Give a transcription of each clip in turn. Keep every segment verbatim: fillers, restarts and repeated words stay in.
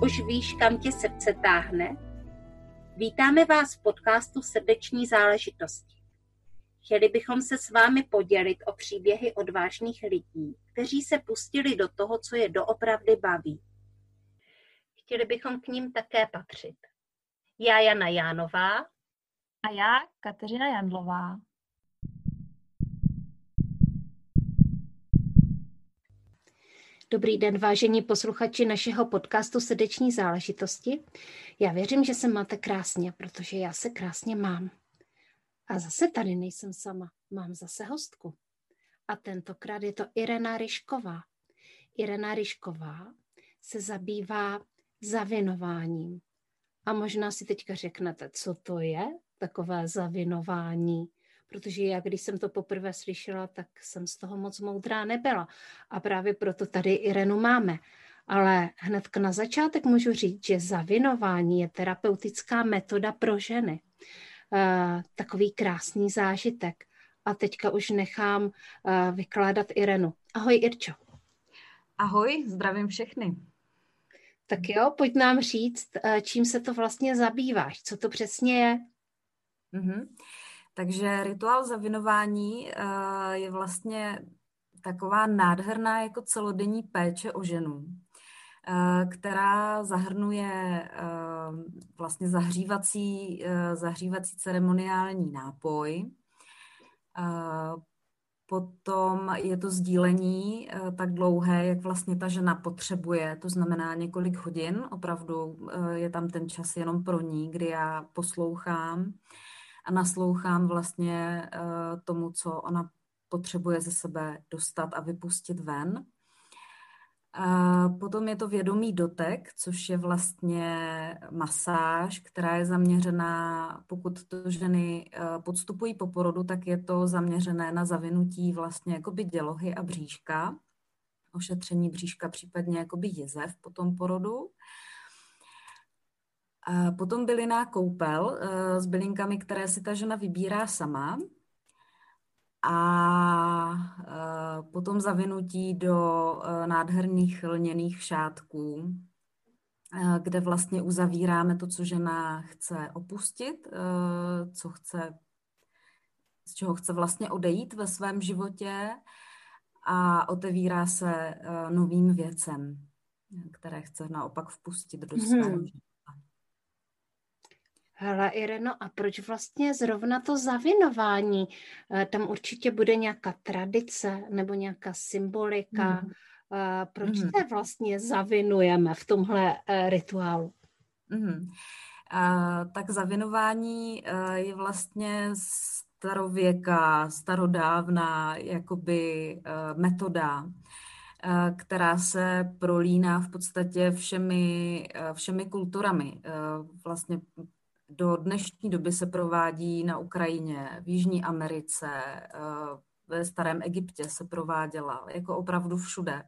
už víš, kam tě srdce táhne? Vítáme vás v podcastu Srdeční záležitosti. Chtěli bychom se s vámi podělit o příběhy odvážných lidí, kteří se pustili do toho, co je doopravdy baví. Chtěli bychom k ním také patřit. Já Jana Jánová a já Kateřina Jandlová. Dobrý den, vážení posluchači našeho podcastu Srdeční záležitosti. Já věřím, že se máte krásně, protože já se krásně mám. A zase tady nejsem sama, mám zase hostku. A tentokrát je to Irena Ryšková. Irena Ryšková se zabývá zavinováním. A možná si teďka řeknete, co to je takové zavinování. Protože já, když jsem to poprvé slyšela, tak jsem z toho moc moudrá nebyla. A právě proto tady Irenu máme. Ale hnedka na začátek můžu říct, že zavinování je terapeutická metoda pro ženy. Uh, takový krásný zážitek. A teďka už nechám uh, vykládat Irenu. Ahoj, Irčo. Ahoj, zdravím všechny. Tak jo, pojď nám říct, uh, čím se to vlastně zabýváš, co to přesně je. Mm-hmm. Takže rituál zavinování uh, je vlastně taková nádherná jako celodenní péče o ženu, uh, která zahrnuje uh, vlastně zahřívací, uh, zahřívací ceremoniální nápoj. Uh, potom je to sdílení uh, tak dlouhé, jak vlastně ta žena potřebuje, to znamená několik hodin, opravdu uh, je tam ten čas jenom pro ní, kdy já poslouchám a naslouchám vlastně uh, tomu, co ona potřebuje ze sebe dostat a vypustit ven. Uh, potom je to vědomý dotek, což je vlastně masáž, která je zaměřená, pokud to ženy uh, podstupují po porodu, tak je to zaměřené na zavinutí vlastně jakoby dělohy a bříška, ošetření bříška, případně jakoby jezev po tom porodu. A potom bylinná koupel uh, s bylinkami, které si ta žena vybírá sama. A uh, potom zavinutí do uh, nádherných lněných šátků, uh, kde vlastně uzavíráme to, co žena chce opustit, uh, co chce, z čeho chce vlastně odejít ve svém životě a otevírá se uh, novým věcem, které chce naopak vpustit do svého Hmm. života. Hele, Ireno, a proč vlastně zrovna to zavinování? Tam určitě bude nějaká tradice nebo nějaká symbolika. Hmm. Proč Hmm. se vlastně zavinujeme v tomhle rituálu? Hmm. A, tak zavinování je vlastně starověká, starodávná jakoby metoda, která se prolíná v podstatě všemi, všemi kulturami. Vlastně do dnešní doby se provádí na Ukrajině, v Jižní Americe, ve Starém Egyptě se prováděla, jako opravdu všude.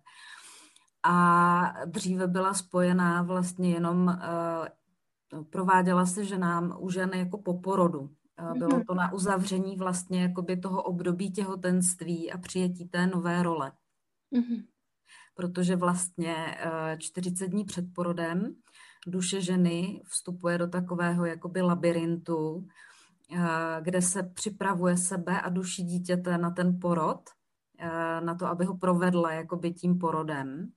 A dříve byla spojená vlastně jenom, prováděla se ženám u žen jako po porodu. Bylo to na uzavření vlastně jakoby toho období těhotenství a přijetí té nové role. Mm-hmm. Protože vlastně čtyřicet dní před porodem duše ženy vstupuje do takového jakoby labirintu, kde se připravuje sebe a duši dítěte na ten porod, na to, aby ho provedla jakoby tím porodem.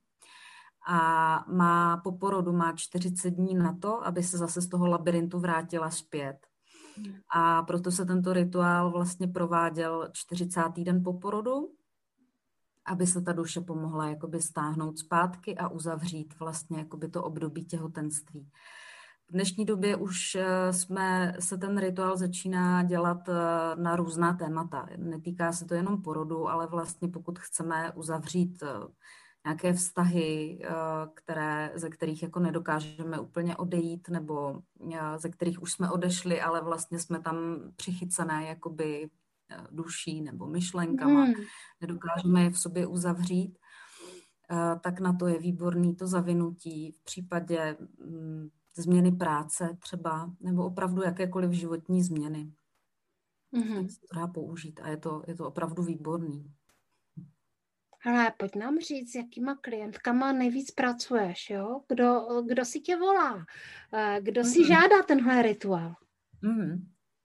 A má po porodu má čtyřicet dní na to, aby se zase z toho labirintu vrátila zpět. A proto se tento rituál vlastně prováděl čtyřicátý den po porodu, aby se ta duše pomohla jakoby stáhnout zpátky a uzavřít vlastně jakoby to období těhotenství. V dnešní době už jsme, se ten rituál začíná dělat na různá témata. Netýká se to jenom porodu, ale vlastně pokud chceme uzavřít nějaké vztahy, které, ze kterých jako nedokážeme úplně odejít, nebo ze kterých už jsme odešli, ale vlastně jsme tam přichycené jakoby duší nebo myšlenkama, hmm. nedokážeme je v sobě uzavřít, tak na to je výborný to zavinutí v případě změny práce třeba, nebo opravdu jakékoliv životní změny. Hmm. Tak se to dá použít a je to, je to opravdu výborný. Hele, pojď nám říct, s jakýma klientkama nejvíc pracuješ, jo? Kdo, kdo si tě volá? Kdo si Mm-hmm. žádá tenhle rituál? Mm-hmm.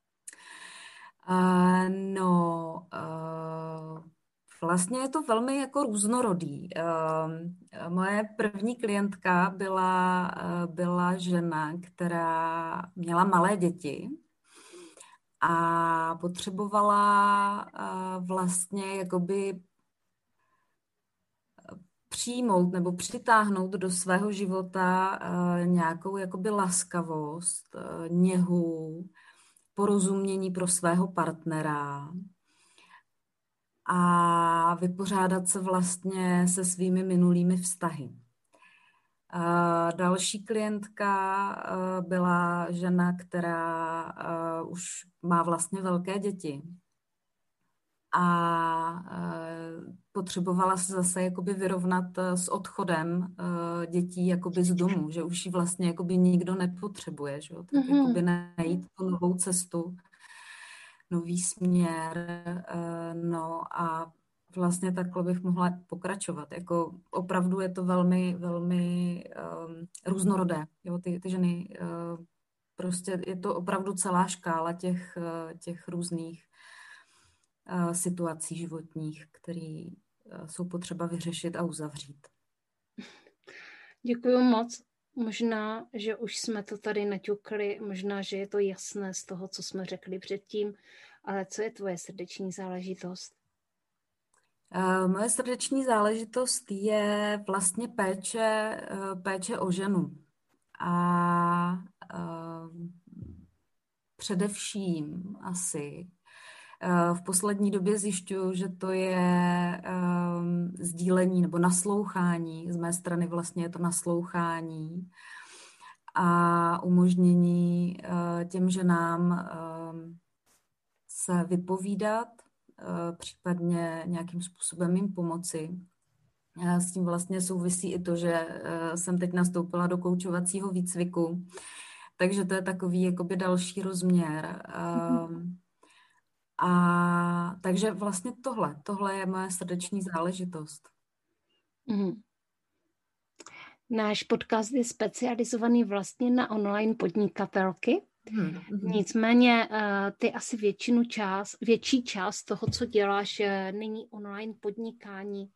Uh, no, uh, vlastně je to velmi jako různorodý. Uh, moje první klientka byla, uh, byla žena, která měla malé děti a potřebovala uh, vlastně jakoby přijmout nebo přitáhnout do svého života uh, nějakou jakoby laskavost, uh, něhu, porozumění pro svého partnera a vypořádat se vlastně se svými minulými vztahy. Uh, další klientka uh, byla žena, která uh, už má vlastně velké děti a uh, potřebovala se zase jakoby vyrovnat s odchodem uh, dětí jakoby z domu, že už ji vlastně jakoby nikdo nepotřebuje, že jo? Tak Mm-hmm. jakoby najít tu novou cestu, nový směr, uh, no a vlastně takhle bych mohla pokračovat. Jako opravdu je to velmi, velmi um, různorodé. Jo? Ty, ty ženy, uh, prostě je to opravdu celá škála těch, uh, těch různých uh, situací životních, které uh, jsou potřeba vyřešit a uzavřít. Děkuju moc. Možná, že už jsme to tady naťukli, možná, že je to jasné z toho, co jsme řekli předtím, ale co je tvoje srdeční záležitost? Uh, moje srdeční záležitost je vlastně péče, uh, péče o ženu. A uh, především asi uh, v poslední době zjišťuju, že to je um, sdílení nebo naslouchání. Z mé strany vlastně je to naslouchání a umožnění uh, těm ženám um, se vypovídat, případně nějakým způsobem jim pomoci. S tím vlastně souvisí i to, že jsem teď nastoupila do koučovacího výcviku, takže to je takový jakoby další rozměr. Mm-hmm. A takže vlastně tohle, tohle je moje srdeční záležitost. Mm-hmm. Náš podcast je specializovaný vlastně na online podnikatelky. Hmm. Nicméně ty asi většinu část, větší část toho, co děláš, není online podnikání.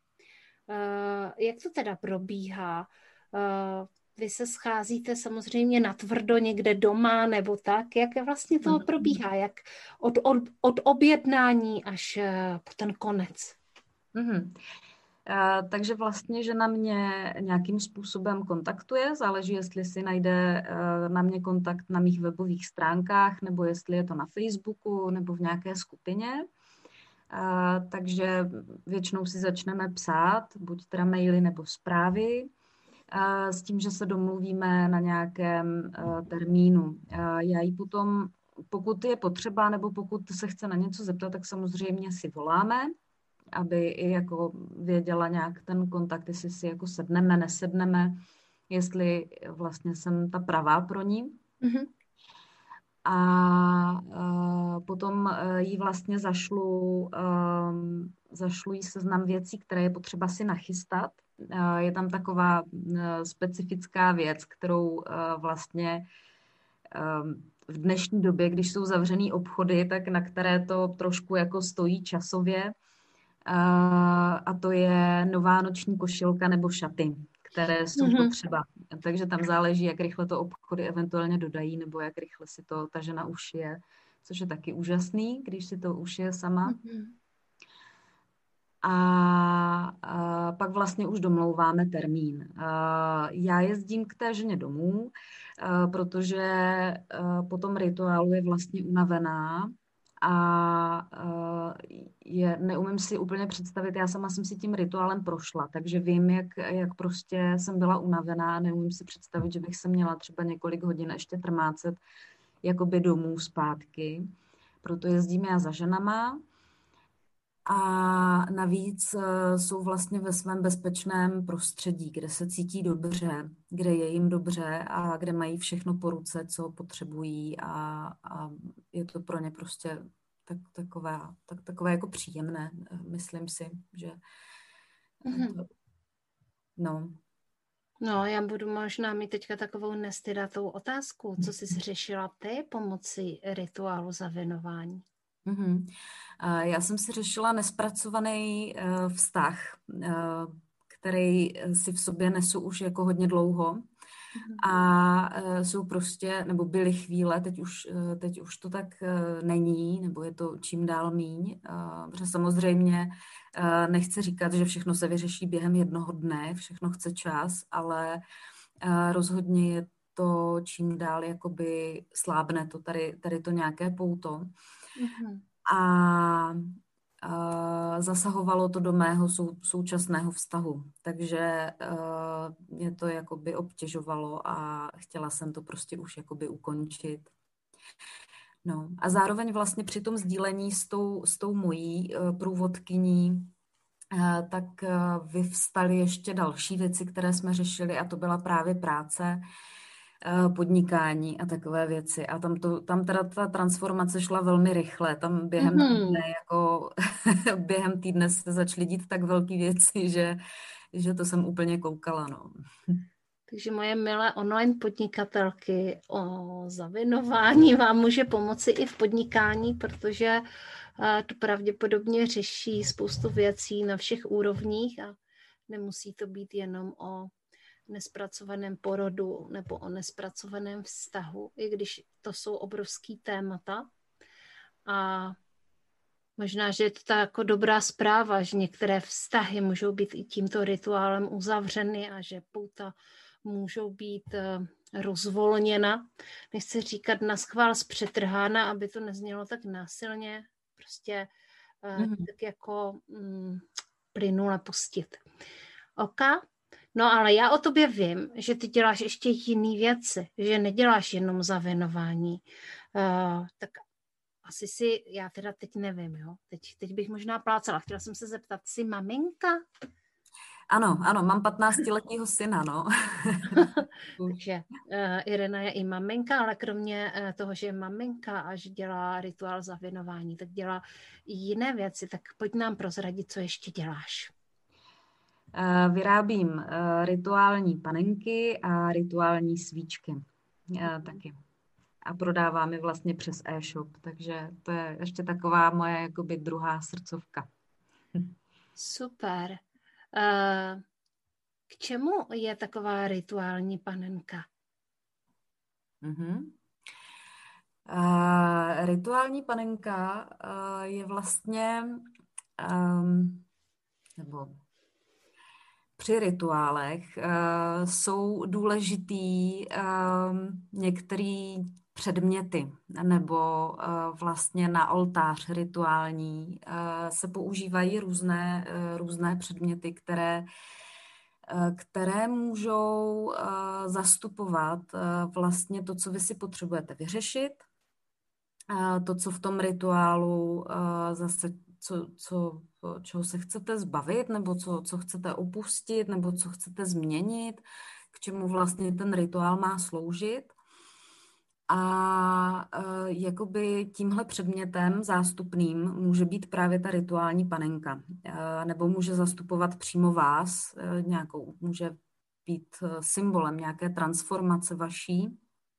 Jak to teda probíhá? Vy se scházíte samozřejmě natvrdo někde doma nebo tak? Jak vlastně to probíhá? Jak od, od, od objednání až po ten konec? Mm-hmm. Uh, takže vlastně, že na mě nějakým způsobem kontaktuje, záleží, jestli si najde uh, na mě kontakt na mých webových stránkách, nebo jestli je to na Facebooku, nebo v nějaké skupině. Uh, takže většinou si začneme psát, buď teda maily nebo zprávy, uh, s tím, že se domluvíme na nějakém uh, termínu. Uh, já ji potom, pokud je potřeba, nebo pokud se chce na něco zeptat, tak samozřejmě si voláme, aby i jako věděla nějak ten kontakt, jestli si jako sedneme, nesedneme, jestli vlastně jsem ta pravá pro ní. Mm-hmm. A uh, potom uh, jí vlastně zašlu, uh, zašlu jí seznam věcí, které je potřeba si nachystat. Uh, je tam taková uh, specifická věc, kterou uh, vlastně uh, v dnešní době, když jsou zavřený obchody, tak na které to trošku jako stojí časově, a to je nová noční košilka nebo šaty, které jsou mm-hmm. potřeba. Takže tam záleží, jak rychle to obchody eventuálně dodají, nebo jak rychle si to ta žena ušije, což je taky úžasný, když si to ušije sama. Mm-hmm. A, a pak vlastně už domlouváme termín. A já jezdím k té ženě domů, a, protože a, po tom rituálu je vlastně unavená, a je, neumím si úplně představit, já sama jsem si tím rituálem prošla, takže vím, jak, jak prostě jsem byla unavená, neumím si představit, že bych se měla třeba několik hodin ještě trmácet jakoby domů zpátky, proto jezdím já za ženama a navíc jsou vlastně ve svém bezpečném prostředí, kde se cítí dobře, kde je jim dobře a kde mají všechno po ruce, co potřebují a, a je to pro ně prostě tak, takové, tak, takové jako příjemné. Myslím si, že Mm-hmm. No. No, já budu možná mít teďka takovou nestydatou otázku. Co jsi řešila ty pomocí rituálu zavinování? Mm-hmm. Já jsem si řešila nespracovaný uh, vztah, uh, který si v sobě nesu už jako hodně dlouho. Mm-hmm. A uh, jsou prostě, nebo byly chvíle, teď už, uh, teď už to tak uh, není, nebo je to čím dál míň. Uh, protože samozřejmě uh, nechci říkat, že všechno se vyřeší během jednoho dne, všechno chce čas, ale uh, rozhodně je to čím dál jakoby slábne to tady, tady to nějaké pouto. Mm-hmm. A uh, zasahovalo to do mého sou, současného vztahu. Takže uh, mě to jakoby obtěžovalo a chtěla jsem to prostě už jakoby ukončit. No a zároveň vlastně při tom sdílení s tou, s tou mojí uh, průvodkyní uh, tak uh, vyvstaly ještě další věci, které jsme řešili a to byla právě práce, podnikání a takové věci. A tam, to, tam teda ta transformace šla velmi rychle. Tam během mm-hmm. týdne, jako během týdne se začaly dít tak velké věci, že, že to jsem úplně koukala. No. Takže moje milé online podnikatelky, o zavinování vám může pomoci i v podnikání, protože to pravděpodobně řeší spoustu věcí na všech úrovních a nemusí to být jenom o nespracovaném porodu nebo o nespracovaném vztahu, i když to jsou obrovský témata. A možná, že je to ta jako dobrá zpráva, že některé vztahy můžou být i tímto rituálem uzavřeny a že pouta můžou být rozvolněna. Nechci říkat naschvál zpřetrhána, aby to neznělo tak násilně, prostě mm-hmm. tak jako mm, plynule pustit. OK? No ale já o tobě vím, že ty děláš ještě jiné věci, že neděláš jenom zavinování. Uh, tak asi si, já teda teď nevím, jo, teď, teď bych možná plácala. Chtěla jsem se zeptat, jsi maminka? Ano, ano, mám patnáctiletého syna, no. Takže uh, Irena je i maminka, ale kromě uh, toho, že je maminka a že dělá rituál zavinování, tak dělá i jiné věci. Tak pojď nám prozradit, co ještě děláš. Vyrábím rituální panenky a rituální svíčky mm. taky. A prodávám je vlastně přes e-shop, takže to je ještě taková moje jakoby druhá srdcovka. Super. K čemu je taková rituální panenka? Mm-hmm. Uh, rituální panenka uh, je vlastně um, nebo při rituálech uh, jsou důležitý uh, některé předměty, nebo uh, vlastně na oltář rituální uh, se používají různé, uh, různé předměty, které, uh, které můžou uh, zastupovat uh, vlastně to, co vy si potřebujete vyřešit, uh, to, co v tom rituálu uh, zase Co, co, čeho se chcete zbavit, nebo co, co chcete opustit, nebo co chcete změnit, k čemu vlastně ten rituál má sloužit. A e, jakoby tímhle předmětem zástupným může být právě ta rituální panenka. E, nebo může zastupovat přímo vás, e, nějakou, může být symbolem nějaké transformace vaší.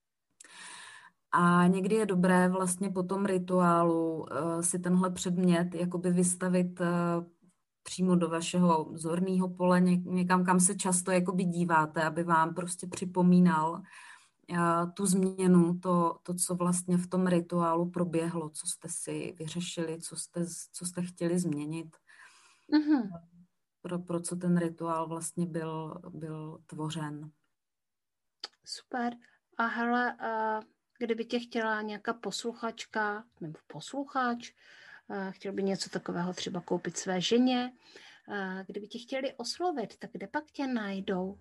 A někdy je dobré vlastně po tom rituálu uh, si tenhle předmět jakoby vystavit uh, přímo do vašeho zorného pole, někam, kam se často jakoby díváte, aby vám prostě připomínal uh, tu změnu, to, to, co vlastně v tom rituálu proběhlo, co jste si vyřešili, co jste, co jste chtěli změnit. Mm-hmm. Pro, pro co ten rituál vlastně byl, byl tvořen. Super. A hele, uh... kdyby tě chtěla nějaká posluchačka nebo posluchač, chtěl by něco takového třeba koupit své ženě, kdyby tě chtěli oslovit, tak kde pak tě najdou?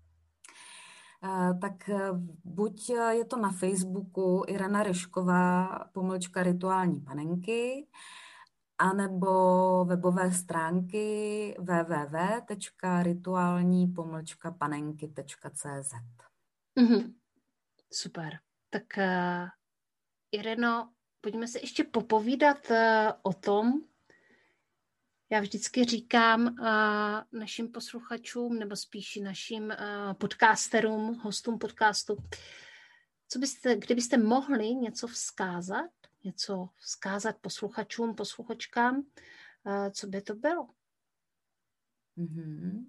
Tak buď je to na Facebooku Irena Ryšková, pomlčka rituální panenky, anebo webové stránky w w w tečka rituální pomlčka panenky tečka c z. Mm-hmm. Super. Tak uh, Ireno, pojďme se ještě popovídat uh, o tom, Já vždycky říkám uh, našim posluchačům, nebo spíš našim uh, podcasterům, hostům podcastu, co byste, kdybyste mohli něco vzkázat, něco vzkázat posluchačům, posluchačkám, uh, co by to bylo? Mm-hmm.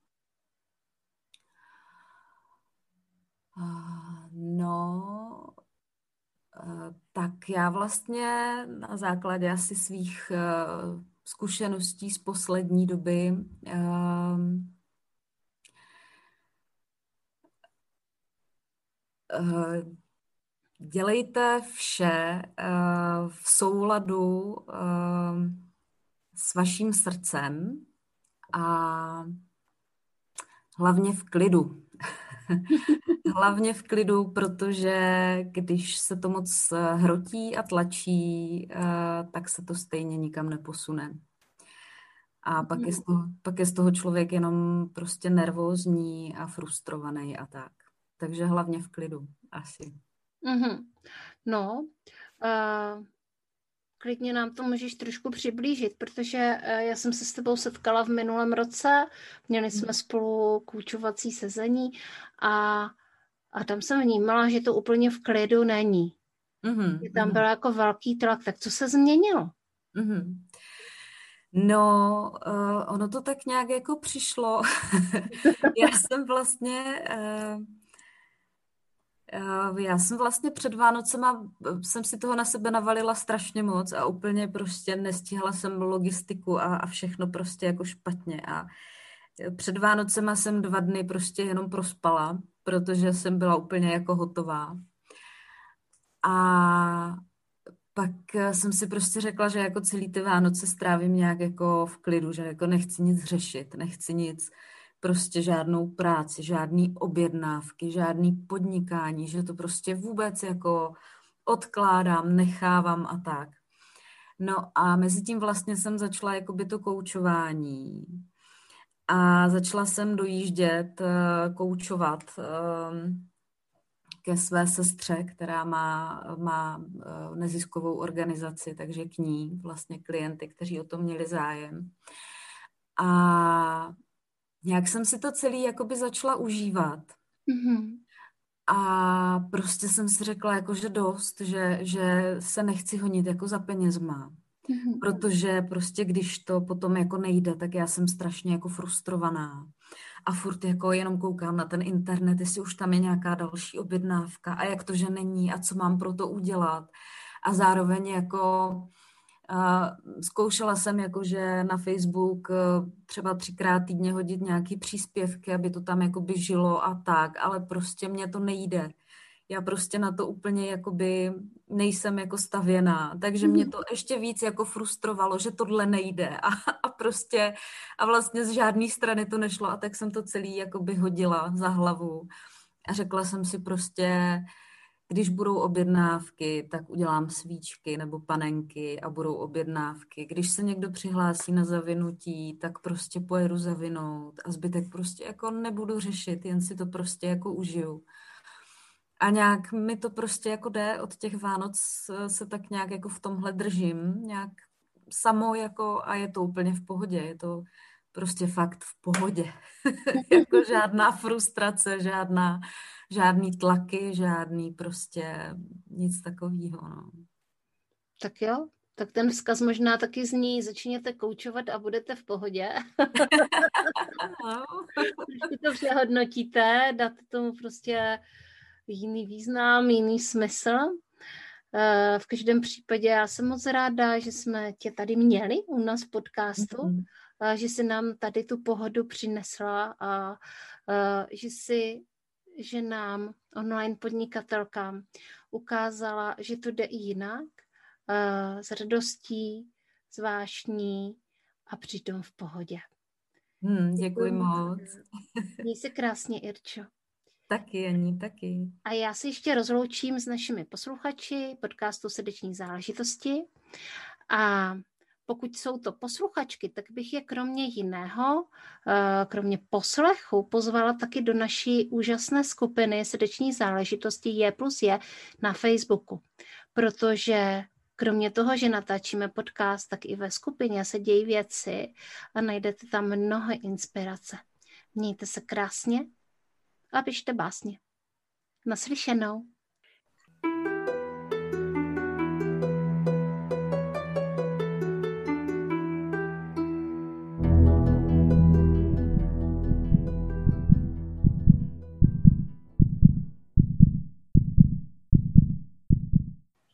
Uh, no, uh, tak já vlastně na základě asi svých uh, zkušeností z poslední doby uh, uh, dělejte vše uh, v souladu uh, s vaším srdcem a hlavně v klidu. Hlavně v klidu, protože když se to moc hrotí a tlačí, tak se to stejně nikam neposune. A pak je z toho, pak je z toho člověk jenom prostě nervózní a frustrovaný a tak. Takže hlavně v klidu asi. Mm-hmm. No, uh... klidně nám to můžeš trošku přiblížit, protože já jsem se s tebou setkala v minulém roce, měli jsme spolu koučovací sezení a, a tam jsem vnímala, že to úplně v klidu není. Mm-hmm. Tam byl jako velký tlak, tak co se změnilo? Mm-hmm. No, uh, ono to tak nějak jako přišlo. Já jsem vlastně... Uh... Já jsem vlastně před Vánocema, jsem si toho na sebe navalila strašně moc a úplně prostě nestihla jsem logistiku a, a všechno prostě jako špatně. A před Vánocema jsem dva dny prostě jenom prospala, protože jsem byla úplně jako hotová. A pak jsem si prostě řekla, že jako celý ty Vánoce strávím nějak jako v klidu, že jako nechci nic řešit, nechci nic, prostě žádnou práci, žádný objednávky, žádný podnikání, že to prostě vůbec jako odkládám, nechávám a tak. No a mezi tím vlastně jsem začala jakoby to koučování a začala jsem dojíždět, koučovat ke své sestře, která má, má neziskovou organizaci, takže k ní vlastně klienty, kteří o to měli zájem. A nějak jsem si to celý jakoby začala užívat. Mm-hmm. A prostě jsem si řekla, jako, že dost, že, že se nechci honit jako za penězma. Mm-hmm. Protože prostě když to potom jako nejde, tak já jsem strašně jako frustrovaná. A furt jako jenom koukám na ten internet, jestli už tam je nějaká další objednávka a jak to, že není a co mám pro to udělat. A zároveň jako uh, zkoušela jsem jakože na Facebook uh, třeba třikrát týdně hodit nějaký příspěvky, aby to tam jakoby žilo a tak, ale prostě mně to nejde. Já prostě na to úplně jakoby nejsem jako stavěná, takže mě to ještě víc jako frustrovalo, že tohle nejde a, a prostě a vlastně z žádné strany to nešlo a tak jsem to celý jakoby hodila za hlavu a řekla jsem si prostě, když budou objednávky, tak udělám svíčky nebo panenky a budou objednávky. Když se někdo přihlásí na zavinutí, tak prostě pojedu zavinout a zbytek prostě jako nebudu řešit, jen si to prostě jako užiju. A nějak mi to prostě jako jde od těch Vánoc, se tak nějak jako v tomhle držím, nějak samo jako a je to úplně v pohodě, je to prostě fakt v pohodě. Jako žádná frustrace, žádná, žádný tlaky, žádný prostě nic takového. No. Tak jo, tak ten vzkaz možná taky zní, začněte koučovat a budete v pohodě. Když to přehodnotíte, dáte tomu prostě jiný význam, jiný smysl. V každém případě já jsem moc ráda, že jsme tě tady měli u nás v podcastu, mm-hmm. že jsi nám tady tu pohodu přinesla a že jsi, že nám online podnikatelkám ukázala, že to jde i jinak, s radostí, s vášní a přitom v pohodě. Hmm, děkuji moc. Měj se krásně, Irčo. Taky, Ani, taky. A já se ještě rozloučím s našimi posluchači podcastu Srdeční záležitosti. A pokud jsou to posluchačky, tak bych je kromě jiného, kromě poslechu, pozvala taky do naší úžasné skupiny Srdeční záležitosti J plus J na Facebooku. Protože Kromě toho, že natáčíme podcast, tak i ve skupině se dějí věci a najdete tam mnoho inspirace. Mějte se krásně a pište básně. Naslyšenou.